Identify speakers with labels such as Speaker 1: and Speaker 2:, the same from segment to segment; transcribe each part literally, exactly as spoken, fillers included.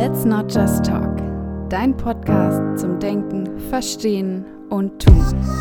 Speaker 1: Let's Not Just Talk, dein Podcast zum Denken, Verstehen und Tun.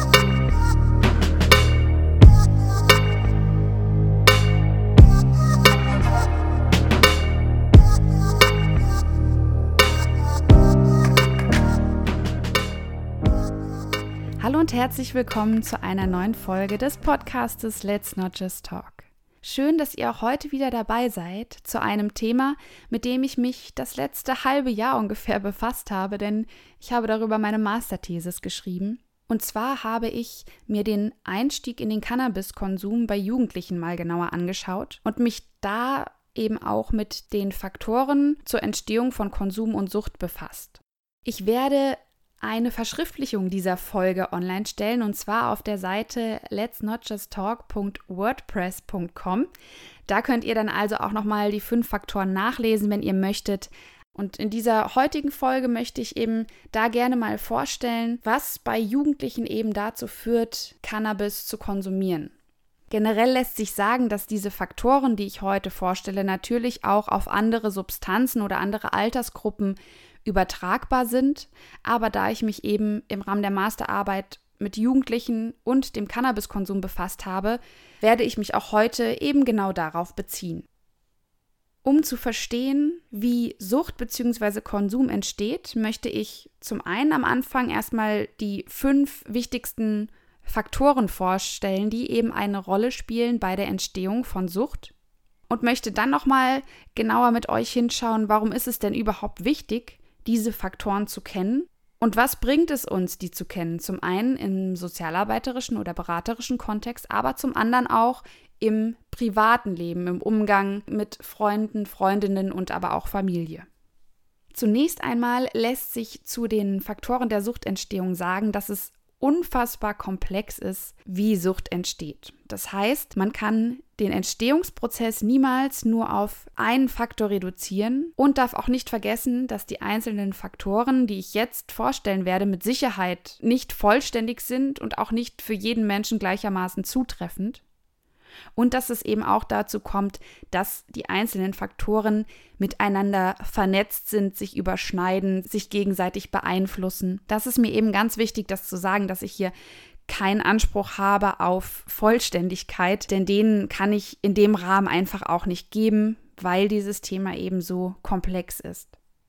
Speaker 1: Hallo und herzlich willkommen zu einer neuen Folge des Podcastes Let's Not Just Talk. Schön, dass ihr auch heute wieder dabei seid zu einem Thema, mit dem ich mich das letzte halbe Jahr ungefähr befasst habe, denn ich habe darüber meine Masterthesis geschrieben. Und zwar habe ich mir den Einstieg in den Cannabiskonsum bei Jugendlichen mal genauer angeschaut und mich da eben auch mit den Faktoren zur Entstehung von Konsum und Sucht befasst. Ich werde eine Verschriftlichung dieser Folge online stellen, und zwar auf der Seite lets not just talk punkt wordpress punkt com. Da könnt ihr dann also auch nochmal die fünf Faktoren nachlesen, wenn ihr möchtet. Und in dieser heutigen Folge möchte ich eben da gerne mal vorstellen, was bei Jugendlichen eben dazu führt, Cannabis zu konsumieren. Generell lässt sich sagen, dass diese Faktoren, die ich heute vorstelle, natürlich auch auf andere Substanzen oder andere Altersgruppen übertragbar sind, aber da ich mich eben im Rahmen der Masterarbeit mit Jugendlichen und dem Cannabiskonsum befasst habe, werde ich mich auch heute eben genau darauf beziehen. Um zu verstehen, wie Sucht bzw. Konsum entsteht, möchte ich zum einen am Anfang erstmal die fünf wichtigsten Faktoren vorstellen, die eben eine Rolle spielen bei der Entstehung von Sucht, und möchte dann nochmal genauer mit euch hinschauen, warum ist es denn überhaupt wichtig, diese Faktoren zu kennen und was bringt es uns, die zu kennen? Zum einen im sozialarbeiterischen oder beraterischen Kontext, aber zum anderen auch im privaten Leben, im Umgang mit Freunden, Freundinnen und aber auch Familie. Zunächst einmal lässt sich zu den Faktoren der Suchtentstehung sagen, dass es unfassbar komplex ist, wie Sucht entsteht. Das heißt, man kann den Entstehungsprozess niemals nur auf einen Faktor reduzieren und darf auch nicht vergessen, dass die einzelnen Faktoren, die ich jetzt vorstellen werde, mit Sicherheit nicht vollständig sind und auch nicht für jeden Menschen gleichermaßen zutreffend. Und dass es eben auch dazu kommt, dass die einzelnen Faktoren miteinander vernetzt sind, sich überschneiden, sich gegenseitig beeinflussen. Das ist mir eben ganz wichtig, das zu sagen, dass ich hier keinen Anspruch habe auf Vollständigkeit, denn den kann ich in dem Rahmen einfach auch nicht geben, weil dieses Thema eben so komplex ist.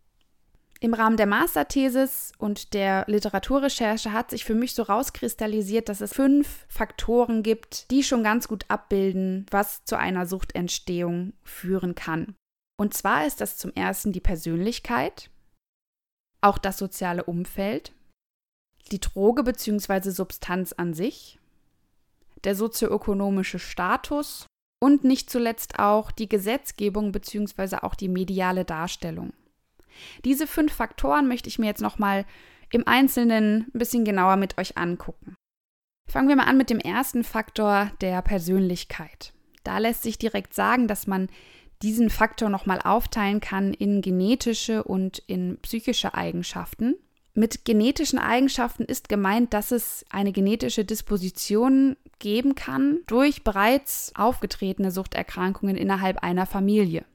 Speaker 1: Im Rahmen der Masterthesis und der Literaturrecherche hat sich für mich so rauskristallisiert, dass es fünf Faktoren gibt, die schon ganz gut abbilden, was zu einer Suchtentstehung führen kann. Und zwar ist das zum ersten die Persönlichkeit, auch das soziale Umfeld, die Droge bzw. Substanz an sich, der sozioökonomische Status und nicht zuletzt auch die Gesetzgebung bzw. auch die mediale Darstellung. Diese fünf Faktoren möchte ich mir jetzt nochmal im Einzelnen ein bisschen genauer mit euch angucken. Fangen wir mal an mit dem ersten Faktor, der Persönlichkeit. Da lässt sich direkt sagen, dass man diesen Faktor nochmal aufteilen kann in genetische und in psychische Eigenschaften. Mit genetischen Eigenschaften ist gemeint, dass es eine genetische Disposition geben kann durch bereits aufgetretene Suchterkrankungen innerhalb einer Familie.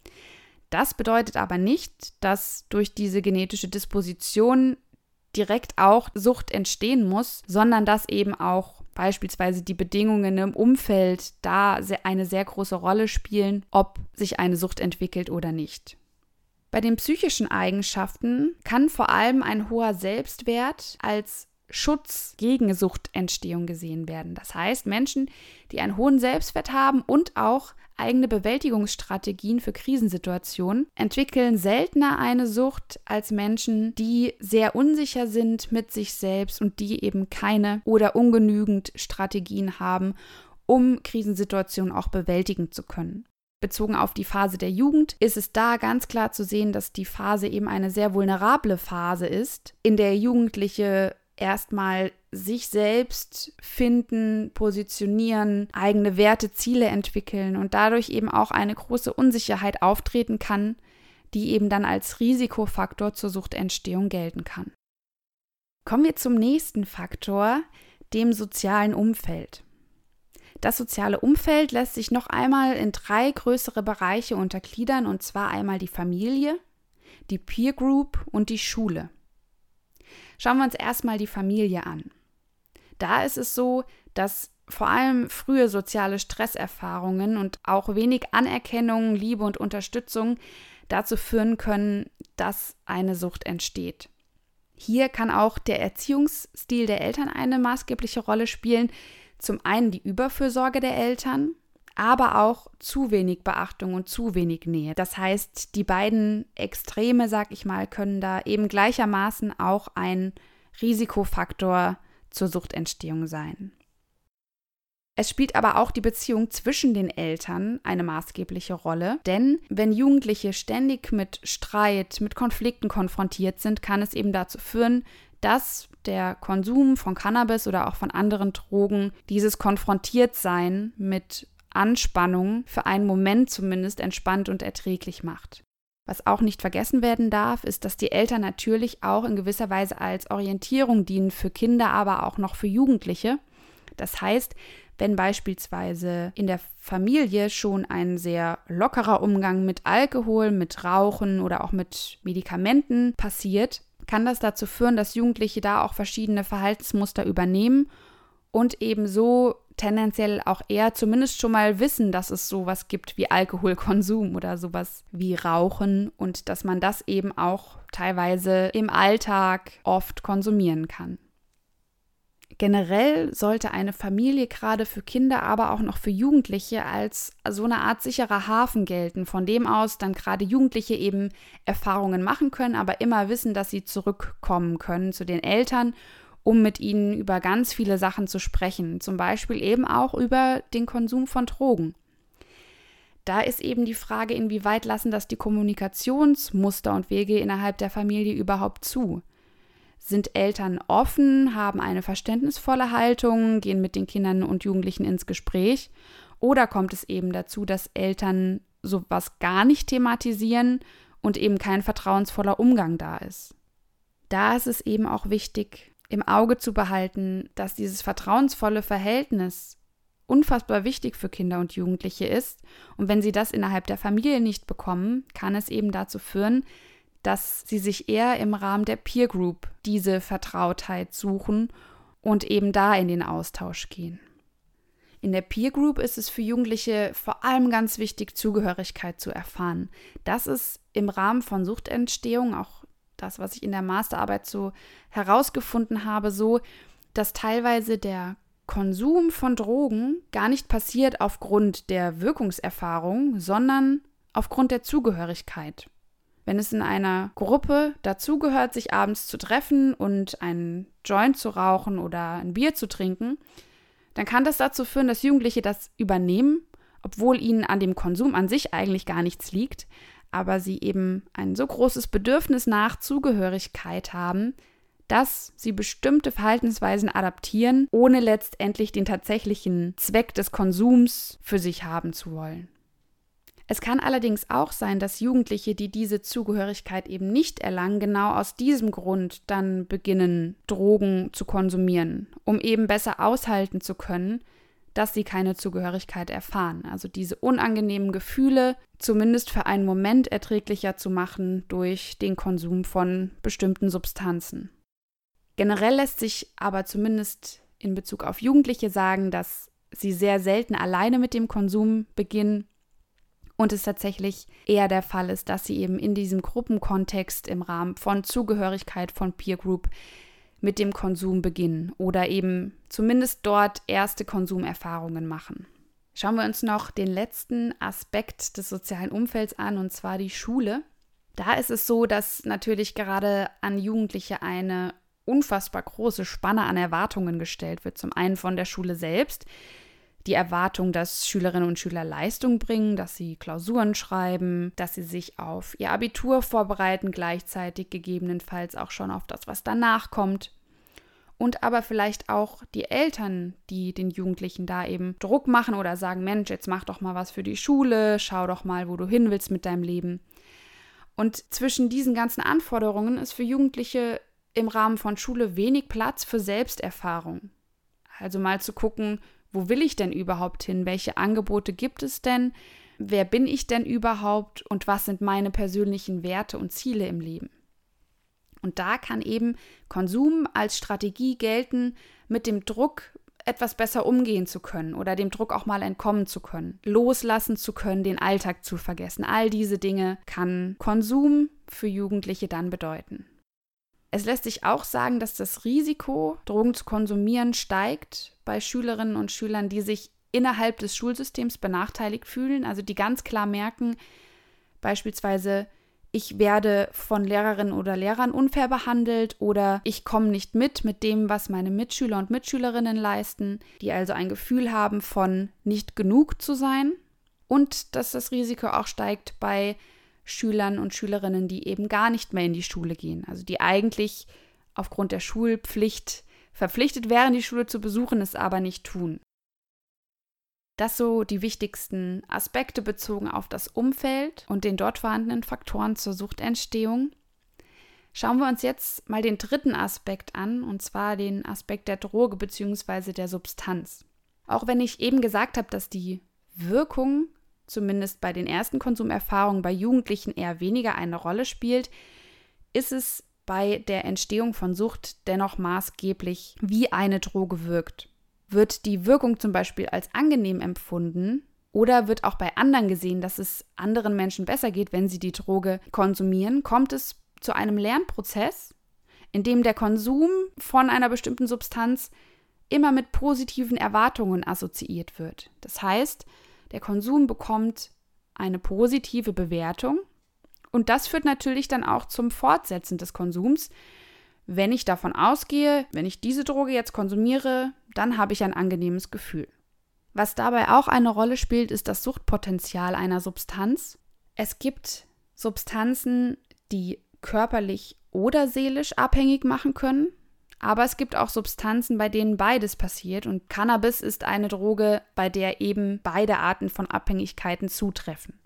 Speaker 1: Das bedeutet aber nicht, dass durch diese genetische Disposition direkt auch Sucht entstehen muss, sondern dass eben auch beispielsweise die Bedingungen im Umfeld da eine sehr große Rolle spielen, ob sich eine Sucht entwickelt oder nicht. Bei den psychischen Eigenschaften kann vor allem ein hoher Selbstwert als Schutz gegen Suchtentstehung gesehen werden. Das heißt, Menschen, die einen hohen Selbstwert haben und auch eigene Bewältigungsstrategien für Krisensituationen, entwickeln seltener eine Sucht als Menschen, die sehr unsicher sind mit sich selbst und die eben keine oder ungenügend Strategien haben, um Krisensituationen auch bewältigen zu können. Bezogen auf die Phase der Jugend ist es da ganz klar zu sehen, dass die Phase eben eine sehr vulnerable Phase ist, in der Jugendliche erstmal sich selbst finden, positionieren, eigene Werte, Ziele entwickeln und dadurch eben auch eine große Unsicherheit auftreten kann, die eben dann als Risikofaktor zur Suchtentstehung gelten kann. Kommen wir zum nächsten Faktor, dem sozialen Umfeld. Das soziale Umfeld lässt sich noch einmal in drei größere Bereiche untergliedern, und zwar einmal die Familie, die Peer Group und die Schule. Schauen wir uns erstmal die Familie an. Da ist es so, dass vor allem frühe soziale Stresserfahrungen und auch wenig Anerkennung, Liebe und Unterstützung dazu führen können, dass eine Sucht entsteht. Hier kann auch der Erziehungsstil der Eltern eine maßgebliche Rolle spielen. Zum einen die Überfürsorge der Eltern, aber auch zu wenig Beachtung und zu wenig Nähe. Das heißt, die beiden Extreme, sag ich mal, können da eben gleichermaßen auch ein Risikofaktor zur Suchtentstehung sein. Es spielt aber auch die Beziehung zwischen den Eltern eine maßgebliche Rolle, denn wenn Jugendliche ständig mit Streit, mit Konflikten konfrontiert sind, kann es eben dazu führen, dass der Konsum von Cannabis oder auch von anderen Drogen dieses Konfrontiertsein mit Anspannung für einen Moment zumindest entspannt und erträglich macht. Was auch nicht vergessen werden darf, ist, dass die Eltern natürlich auch in gewisser Weise als Orientierung dienen für Kinder, aber auch noch für Jugendliche. Das heißt, wenn beispielsweise in der Familie schon ein sehr lockerer Umgang mit Alkohol, mit Rauchen oder auch mit Medikamenten passiert, kann das dazu führen, dass Jugendliche da auch verschiedene Verhaltensmuster übernehmen und ebenso tendenziell auch eher zumindest schon mal wissen, dass es sowas gibt wie Alkoholkonsum oder sowas wie Rauchen und dass man das eben auch teilweise im Alltag oft konsumieren kann. Generell sollte eine Familie gerade für Kinder, aber auch noch für Jugendliche als so eine Art sicherer Hafen gelten, von dem aus dann gerade Jugendliche eben Erfahrungen machen können, aber immer wissen, dass sie zurückkommen können zu den Eltern, um mit ihnen über ganz viele Sachen zu sprechen, zum Beispiel eben auch über den Konsum von Drogen. Da ist eben die Frage, inwieweit lassen das die Kommunikationsmuster und Wege innerhalb der Familie überhaupt zu? Sind Eltern offen, haben eine verständnisvolle Haltung, gehen mit den Kindern und Jugendlichen ins Gespräch? Oder kommt es eben dazu, dass Eltern sowas gar nicht thematisieren und eben kein vertrauensvoller Umgang da ist? Da ist es eben auch wichtig, im Auge zu behalten, dass dieses vertrauensvolle Verhältnis unfassbar wichtig für Kinder und Jugendliche ist. Und wenn sie das innerhalb der Familie nicht bekommen, kann es eben dazu führen, dass sie sich eher im Rahmen der Peer Group diese Vertrautheit suchen und eben da in den Austausch gehen. In der Peer Group ist es für Jugendliche vor allem ganz wichtig, Zugehörigkeit zu erfahren. Das ist im Rahmen von Suchtentstehung, auch das, was ich in der Masterarbeit so herausgefunden habe, so, dass teilweise der Konsum von Drogen gar nicht passiert aufgrund der Wirkungserfahrung, sondern aufgrund der Zugehörigkeit. Wenn es in einer Gruppe dazugehört, sich abends zu treffen und einen Joint zu rauchen oder ein Bier zu trinken, dann kann das dazu führen, dass Jugendliche das übernehmen, obwohl ihnen an dem Konsum an sich eigentlich gar nichts liegt, aber sie eben ein so großes Bedürfnis nach Zugehörigkeit haben, dass sie bestimmte Verhaltensweisen adaptieren, ohne letztendlich den tatsächlichen Zweck des Konsums für sich haben zu wollen. Es kann allerdings auch sein, dass Jugendliche, die diese Zugehörigkeit eben nicht erlangen, genau aus diesem Grund dann beginnen, Drogen zu konsumieren, um eben besser aushalten zu können, dass sie keine Zugehörigkeit erfahren. Also diese unangenehmen Gefühle zumindest für einen Moment erträglicher zu machen durch den Konsum von bestimmten Substanzen. Generell lässt sich aber zumindest in Bezug auf Jugendliche sagen, dass sie sehr selten alleine mit dem Konsum beginnen und es tatsächlich eher der Fall ist, dass sie eben in diesem Gruppenkontext im Rahmen von Zugehörigkeit von Peer Group mit dem Konsum beginnen oder eben zumindest dort erste Konsumerfahrungen machen. Schauen wir uns noch den letzten Aspekt des sozialen Umfelds an, und zwar die Schule. Da ist es so, dass natürlich gerade an Jugendliche eine unfassbar große Spanne an Erwartungen gestellt wird. Zum einen von der Schule selbst, die Erwartung, dass Schülerinnen und Schüler Leistung bringen, dass sie Klausuren schreiben, dass sie sich auf ihr Abitur vorbereiten, gleichzeitig gegebenenfalls auch schon auf das, was danach kommt. Und aber vielleicht auch die Eltern, die den Jugendlichen da eben Druck machen oder sagen, Mensch, jetzt mach doch mal was für die Schule, schau doch mal, wo du hin willst mit deinem Leben. Und zwischen diesen ganzen Anforderungen ist für Jugendliche im Rahmen von Schule wenig Platz für Selbsterfahrung. Also mal zu gucken, wo will ich denn überhaupt hin? Welche Angebote gibt es denn? wer bin ich denn überhaupt und was sind meine persönlichen Werte und Ziele im Leben. Und da kann eben Konsum als Strategie gelten, mit dem Druck etwas besser umgehen zu können oder dem Druck auch mal entkommen zu können, loslassen zu können, den Alltag zu vergessen. All diese Dinge kann Konsum für Jugendliche dann bedeuten. Es lässt sich auch sagen, dass das Risiko, Drogen zu konsumieren, steigt bei Schülerinnen und Schülern, die sich innerhalb des Schulsystems benachteiligt fühlen, also die ganz klar merken, beispielsweise, ich werde von Lehrerinnen oder Lehrern unfair behandelt oder ich komme nicht mit mit dem, was meine Mitschüler und Mitschülerinnen leisten, die also ein Gefühl haben von nicht genug zu sein, und dass das Risiko auch steigt bei Schülern und Schülerinnen, die eben gar nicht mehr in die Schule gehen, also die eigentlich aufgrund der Schulpflicht verpflichtet wären, die Schule zu besuchen, es aber nicht tun. Das so die wichtigsten Aspekte bezogen auf das Umfeld und den dort vorhandenen Faktoren zur Suchtentstehung. Schauen wir uns jetzt mal den dritten Aspekt an, und zwar den Aspekt der Droge bzw. der Substanz. Auch wenn ich eben gesagt habe, dass die Wirkung, zumindest bei den ersten Konsumerfahrungen bei Jugendlichen, eher weniger eine Rolle spielt, ist es bei der Entstehung von Sucht dennoch maßgeblich, wie eine Droge wirkt. Wird die Wirkung zum Beispiel als angenehm empfunden oder wird auch bei anderen gesehen, dass es anderen Menschen besser geht, wenn sie die Droge konsumieren, kommt es zu einem Lernprozess, in dem der Konsum von einer bestimmten Substanz immer mit positiven Erwartungen assoziiert wird. Das heißt, der Konsum bekommt eine positive Bewertung und das führt natürlich dann auch zum Fortsetzen des Konsums. Wenn ich davon ausgehe, wenn ich diese Droge jetzt konsumiere, dann habe ich ein angenehmes Gefühl. Was dabei auch eine Rolle spielt, ist das Suchtpotenzial einer Substanz. Es gibt Substanzen, die körperlich oder seelisch abhängig machen können, aber es gibt auch Substanzen, bei denen beides passiert, und Cannabis ist eine Droge, bei der eben beide Arten von Abhängigkeiten zutreffen.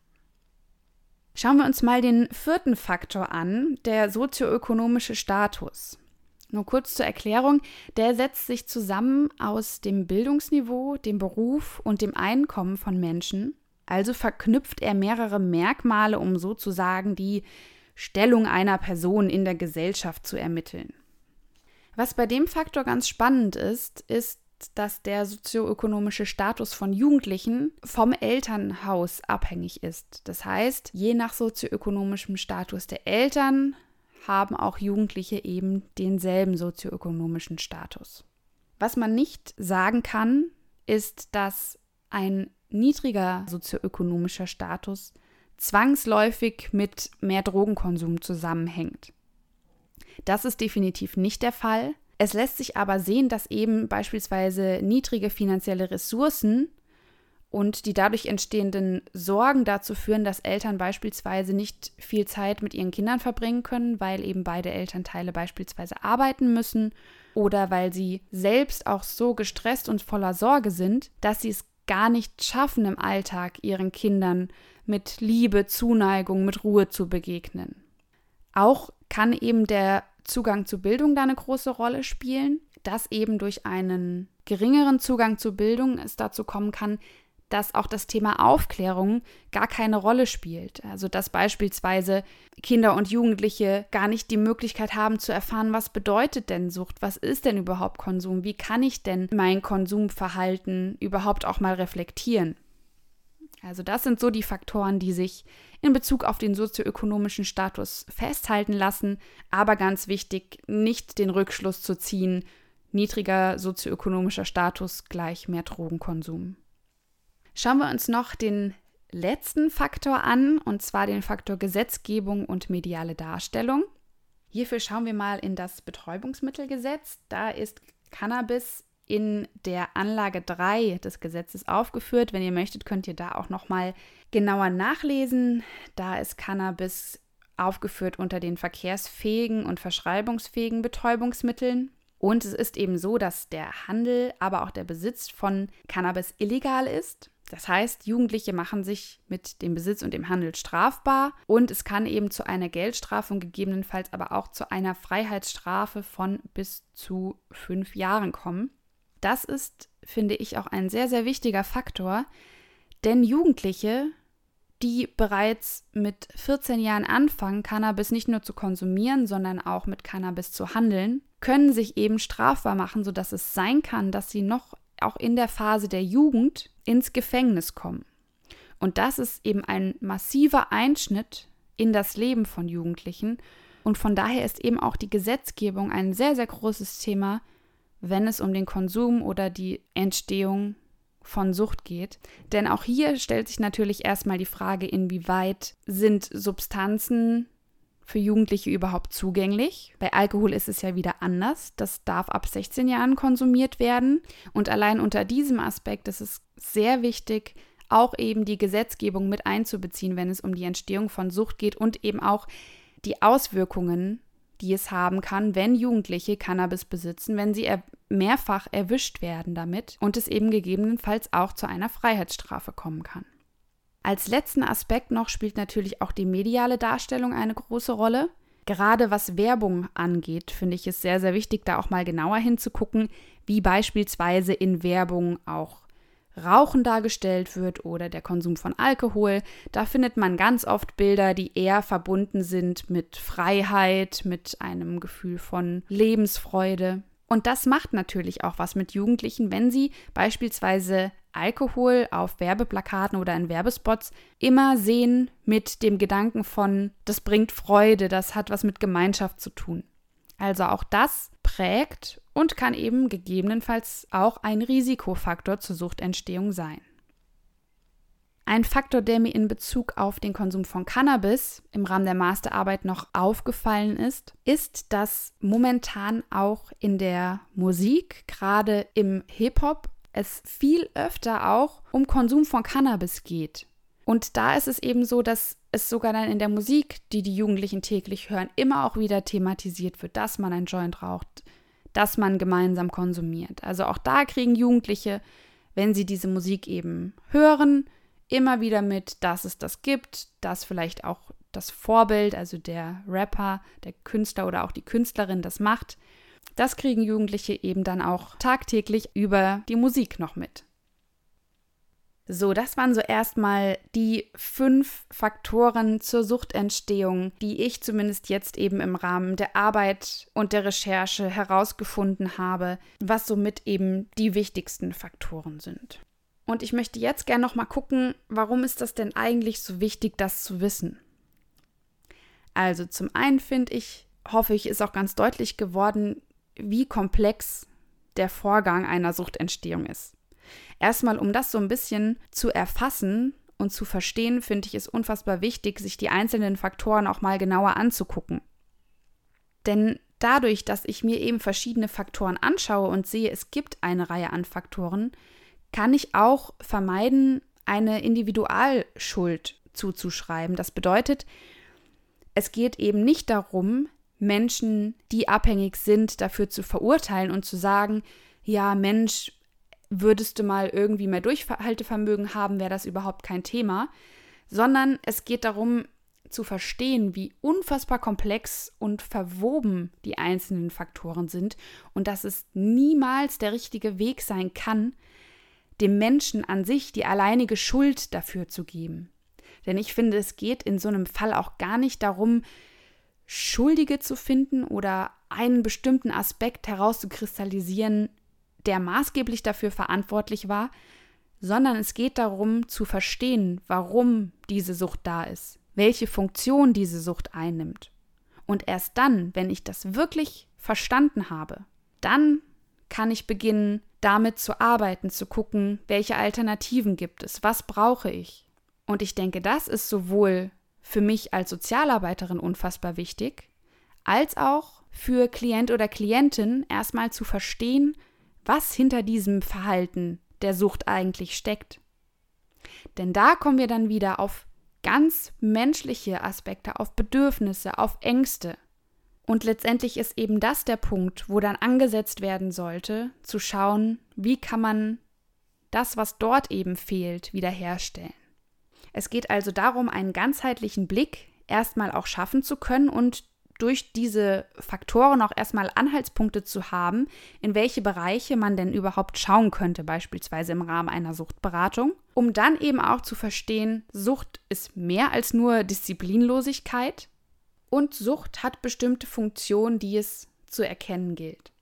Speaker 1: Schauen wir uns mal den vierten Faktor an, der sozioökonomische Status. Nur kurz zur Erklärung, der setzt sich zusammen aus dem Bildungsniveau, dem Beruf und dem Einkommen von Menschen. Also verknüpft er mehrere Merkmale, um sozusagen die Stellung einer Person in der Gesellschaft zu ermitteln. Was bei dem Faktor ganz spannend ist, ist, dass der sozioökonomische Status von Jugendlichen vom Elternhaus abhängig ist. Das heißt, je nach sozioökonomischem Status der Eltern haben auch Jugendliche eben denselben sozioökonomischen Status. Was man nicht sagen kann, ist, dass ein niedriger sozioökonomischer Status zwangsläufig mit mehr Drogenkonsum zusammenhängt. Das ist definitiv nicht der Fall. Es lässt sich aber sehen, dass eben beispielsweise niedrige finanzielle Ressourcen und die dadurch entstehenden Sorgen dazu führen, dass Eltern beispielsweise nicht viel Zeit mit ihren Kindern verbringen können, weil eben beide Elternteile beispielsweise arbeiten müssen oder weil sie selbst auch so gestresst und voller Sorge sind, dass sie es gar nicht schaffen, im Alltag ihren Kindern mit Liebe, Zuneigung, mit Ruhe zu begegnen. Auch kann eben der Zugang zu Bildung da eine große Rolle spielen, dass eben durch einen geringeren Zugang zu Bildung es dazu kommen kann, dass auch das Thema Aufklärung gar keine Rolle spielt. Also dass beispielsweise Kinder und Jugendliche gar nicht die Möglichkeit haben zu erfahren, was bedeutet denn Sucht, was ist denn überhaupt Konsum, wie kann ich denn mein Konsumverhalten überhaupt auch mal reflektieren. Also das sind so die Faktoren, die sich in Bezug auf den sozioökonomischen Status festhalten lassen, aber ganz wichtig, nicht den Rückschluss zu ziehen, niedriger sozioökonomischer Status gleich mehr Drogenkonsum. Schauen wir uns noch den letzten Faktor an, und zwar den Faktor Gesetzgebung und mediale Darstellung. Hierfür schauen wir mal in das Betäubungsmittelgesetz. Da ist Cannabis in der Anlage drei des Gesetzes aufgeführt. Wenn ihr möchtet, könnt ihr da auch nochmal genauer nachlesen. Da ist Cannabis aufgeführt unter den verkehrsfähigen und verschreibungsfähigen Betäubungsmitteln. Und es ist eben so, dass der Handel, aber auch der Besitz von Cannabis illegal ist. Das heißt, Jugendliche machen sich mit dem Besitz und dem Handel strafbar und es kann eben zu einer Geldstrafe und gegebenenfalls aber auch zu einer Freiheitsstrafe von bis zu fünf Jahren kommen. Das ist, finde ich, auch ein sehr, sehr wichtiger Faktor, denn Jugendliche die bereits mit vierzehn Jahren anfangen, Cannabis nicht nur zu konsumieren, sondern auch mit Cannabis zu handeln, können sich eben strafbar machen, sodass es sein kann, dass sie noch auch in der Phase der Jugend ins Gefängnis kommen. Und das ist eben ein massiver Einschnitt in das Leben von Jugendlichen. Und von daher ist eben auch die Gesetzgebung ein sehr, sehr großes Thema, wenn es um den Konsum oder die Entstehung von Sucht geht. Denn auch hier stellt sich natürlich erstmal die Frage, inwieweit sind Substanzen für Jugendliche überhaupt zugänglich. Bei Alkohol ist es ja wieder anders. Das darf ab sechzehn Jahren konsumiert werden. Und allein unter diesem Aspekt ist es sehr wichtig, auch eben die Gesetzgebung mit einzubeziehen, wenn es um die Entstehung von Sucht geht und eben auch die Auswirkungen, die es haben kann, wenn Jugendliche Cannabis besitzen, wenn sie er- mehrfach erwischt werden damit und es eben gegebenenfalls auch zu einer Freiheitsstrafe kommen kann. Als letzten Aspekt noch spielt natürlich auch die mediale Darstellung eine große Rolle. Gerade was Werbung angeht, finde ich es sehr, sehr wichtig, da auch mal genauer hinzugucken, wie beispielsweise in Werbung auch Rauchen dargestellt wird oder der Konsum von Alkohol. Da findet man ganz oft Bilder, die eher verbunden sind mit Freiheit, mit einem Gefühl von Lebensfreude. Und das macht natürlich auch was mit Jugendlichen, wenn sie beispielsweise Alkohol auf Werbeplakaten oder in Werbespots immer sehen mit dem Gedanken von, das bringt Freude, das hat was mit Gemeinschaft zu tun. Also auch das prägt und kann eben gegebenenfalls auch ein Risikofaktor zur Suchtentstehung sein. Ein Faktor, der mir in Bezug auf den Konsum von Cannabis im Rahmen der Masterarbeit noch aufgefallen ist, ist, dass momentan auch in der Musik, gerade im Hip-Hop, es viel öfter auch um Konsum von Cannabis geht. Und da ist es eben so, dass es sogar dann in der Musik, die die Jugendlichen täglich hören, immer auch wieder thematisiert wird, dass man ein Joint raucht, dass man gemeinsam konsumiert. Also auch da kriegen Jugendliche, wenn sie diese Musik eben hören, immer wieder mit, dass es das gibt, dass vielleicht auch das Vorbild, also der Rapper, der Künstler oder auch die Künstlerin das macht. Das kriegen Jugendliche eben dann auch tagtäglich über die Musik noch mit. So, das waren so erstmal die fünf Faktoren zur Suchtentstehung, die ich zumindest jetzt eben im Rahmen der Arbeit und der Recherche herausgefunden habe, was somit eben die wichtigsten Faktoren sind. Und ich möchte jetzt gerne noch mal gucken, warum ist das denn eigentlich so wichtig, das zu wissen? Also zum einen finde ich, hoffe ich, ist auch ganz deutlich geworden, wie komplex der Vorgang einer Suchtentstehung ist. Erstmal, um das so ein bisschen zu erfassen und zu verstehen, finde ich es unfassbar wichtig, sich die einzelnen Faktoren auch mal genauer anzugucken. Denn dadurch, dass ich mir eben verschiedene Faktoren anschaue und sehe, es gibt eine Reihe an Faktoren, kann ich auch vermeiden, eine Individualschuld zuzuschreiben. Das bedeutet, es geht eben nicht darum, Menschen, die abhängig sind, dafür zu verurteilen und zu sagen, ja Mensch, würdest du mal irgendwie mehr Durchhaltevermögen haben, wäre das überhaupt kein Thema, sondern es geht darum zu verstehen, wie unfassbar komplex und verwoben die einzelnen Faktoren sind und dass es niemals der richtige Weg sein kann, dem Menschen an sich die alleinige Schuld dafür zu geben. Denn ich finde, es geht in so einem Fall auch gar nicht darum, Schuldige zu finden oder einen bestimmten Aspekt herauszukristallisieren, der maßgeblich dafür verantwortlich war, sondern es geht darum, zu verstehen, warum diese Sucht da ist, welche Funktion diese Sucht einnimmt. Und erst dann, wenn ich das wirklich verstanden habe, dann kann ich beginnen, damit zu arbeiten, zu gucken, welche Alternativen gibt es, was brauche ich. Und ich denke, das ist sowohl für mich als Sozialarbeiterin unfassbar wichtig, als auch für Klient oder Klientin erstmal zu verstehen, was hinter diesem Verhalten der Sucht eigentlich steckt. Denn da kommen wir dann wieder auf ganz menschliche Aspekte, auf Bedürfnisse, auf Ängste. Und letztendlich ist eben das der Punkt, wo dann angesetzt werden sollte, zu schauen, wie kann man das, was dort eben fehlt, wiederherstellen. Es geht also darum, einen ganzheitlichen Blick erstmal auch schaffen zu können und durch diese Faktoren auch erstmal Anhaltspunkte zu haben, in welche Bereiche man denn überhaupt schauen könnte, beispielsweise im Rahmen einer Suchtberatung, um dann eben auch zu verstehen, Sucht ist mehr als nur Disziplinlosigkeit und Sucht hat bestimmte Funktionen, die es zu erkennen gilt.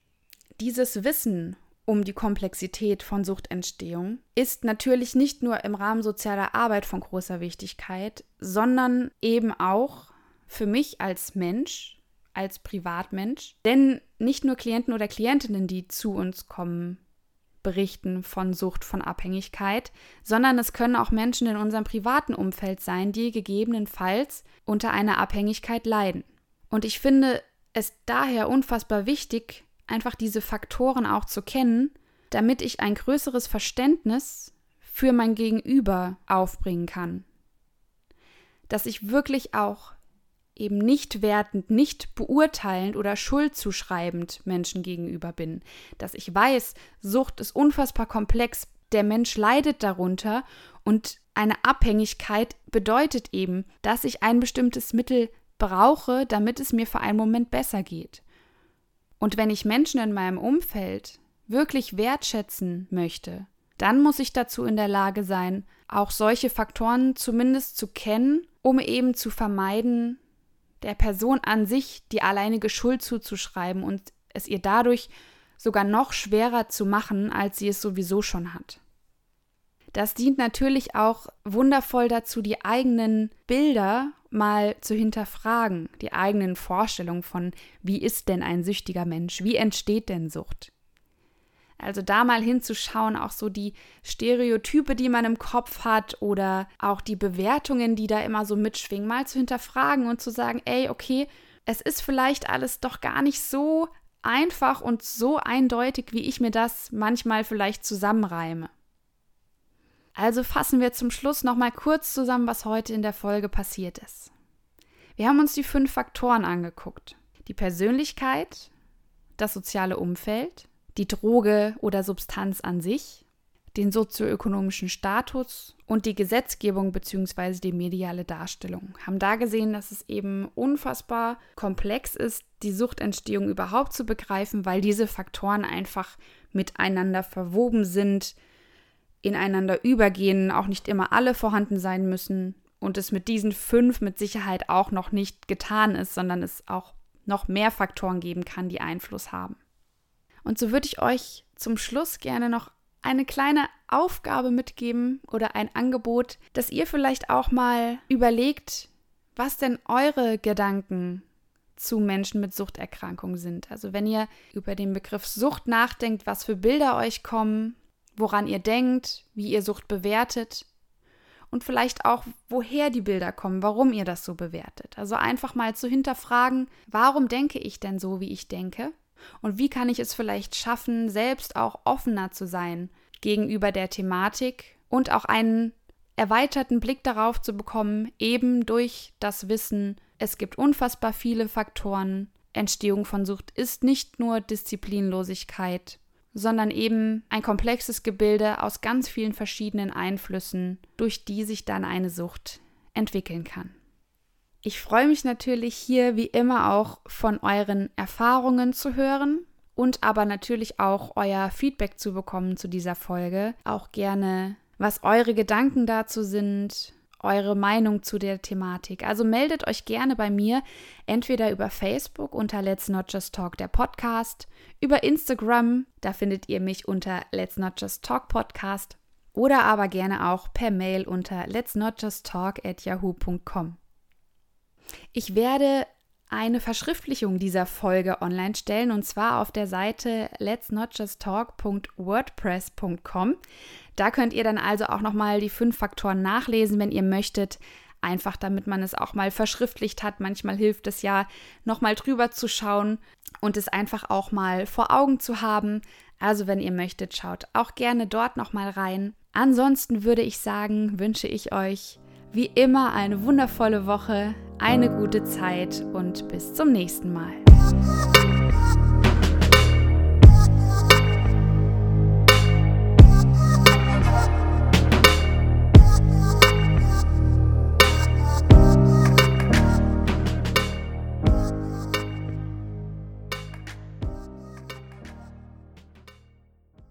Speaker 1: Dieses Wissen um die Komplexität von Suchtentstehung ist natürlich nicht nur im Rahmen sozialer Arbeit von großer Wichtigkeit, sondern eben auch für mich als Mensch, als Privatmensch. Denn nicht nur Klienten oder Klientinnen, die zu uns kommen, berichten von Sucht, von Abhängigkeit, sondern es können auch Menschen in unserem privaten Umfeld sein, die gegebenenfalls unter einer Abhängigkeit leiden. Und ich finde es daher unfassbar wichtig, einfach diese Faktoren auch zu kennen, damit ich ein größeres Verständnis für mein Gegenüber aufbringen kann. Dass ich wirklich auch eben nicht wertend, nicht beurteilend oder schuldzuschreibend Menschen gegenüber bin. Dass ich weiß, Sucht ist unfassbar komplex, der Mensch leidet darunter und eine Abhängigkeit bedeutet eben, dass ich ein bestimmtes Mittel brauche, damit es mir für einen Moment besser geht. Und wenn ich Menschen in meinem Umfeld wirklich wertschätzen möchte, dann muss ich dazu in der Lage sein, auch solche Faktoren zumindest zu kennen, um eben zu vermeiden, der Person an sich die alleinige Schuld zuzuschreiben und es ihr dadurch sogar noch schwerer zu machen, als sie es sowieso schon hat. Das dient natürlich auch wundervoll dazu, die eigenen Bilder mal zu hinterfragen, die eigenen Vorstellungen von, wie ist denn ein süchtiger Mensch, wie entsteht denn Sucht? Also da mal hinzuschauen, auch so die Stereotype, die man im Kopf hat oder auch die Bewertungen, die da immer so mitschwingen, mal zu hinterfragen und zu sagen, ey, okay, es ist vielleicht alles doch gar nicht so einfach und so eindeutig, wie ich mir das manchmal vielleicht zusammenreime. Also fassen wir zum Schluss nochmal kurz zusammen, was heute in der Folge passiert ist. Wir haben uns die fünf Faktoren angeguckt. Die Persönlichkeit, das soziale Umfeld, die Droge oder Substanz an sich, den sozioökonomischen Status und die Gesetzgebung bzw. die mediale Darstellung. Haben da gesehen, dass es eben unfassbar komplex ist, die Suchtentstehung überhaupt zu begreifen, weil diese Faktoren einfach miteinander verwoben sind, ineinander übergehen, auch nicht immer alle vorhanden sein müssen und es mit diesen fünf mit Sicherheit auch noch nicht getan ist, sondern es auch noch mehr Faktoren geben kann, die Einfluss haben. Und so würde ich euch zum Schluss gerne noch eine kleine Aufgabe mitgeben oder ein Angebot, dass ihr vielleicht auch mal überlegt, was denn eure Gedanken zu Menschen mit Suchterkrankungen sind. Also wenn ihr über den Begriff Sucht nachdenkt, was für Bilder euch kommen, woran ihr denkt, wie ihr Sucht bewertet und vielleicht auch, woher die Bilder kommen, warum ihr das so bewertet. Also einfach mal zu hinterfragen, warum denke ich denn so, wie ich denke? Und wie kann ich es vielleicht schaffen, selbst auch offener zu sein gegenüber der Thematik und auch einen erweiterten Blick darauf zu bekommen, eben durch das Wissen, es gibt unfassbar viele Faktoren. Entstehung von Sucht ist nicht nur Disziplinlosigkeit, sondern eben ein komplexes Gebilde aus ganz vielen verschiedenen Einflüssen, durch die sich dann eine Sucht entwickeln kann. Ich freue mich natürlich hier wie immer auch von euren Erfahrungen zu hören und aber natürlich auch euer Feedback zu bekommen zu dieser Folge. Auch gerne, was eure Gedanken dazu sind, eure Meinung zu der Thematik. Also meldet euch gerne bei mir, entweder über Facebook unter Let's Not Just Talk, der Podcast, über Instagram, da findet ihr mich unter Let's Not Just Talk Podcast oder aber gerne auch per Mail unter let's not just talk at yahoo punkt com. Ich werde eine Verschriftlichung dieser Folge online stellen und zwar auf der Seite let's not just talk punkt wordpress punkt com. Da könnt ihr dann also auch nochmal die fünf Faktoren nachlesen, wenn ihr möchtet. Einfach damit man es auch mal verschriftlicht hat. Manchmal hilft es ja, nochmal drüber zu schauen und es einfach auch mal vor Augen zu haben. Also wenn ihr möchtet, schaut auch gerne dort nochmal rein. Ansonsten würde ich sagen, wünsche ich euch wie immer eine wundervolle Woche, eine gute Zeit und bis zum nächsten Mal.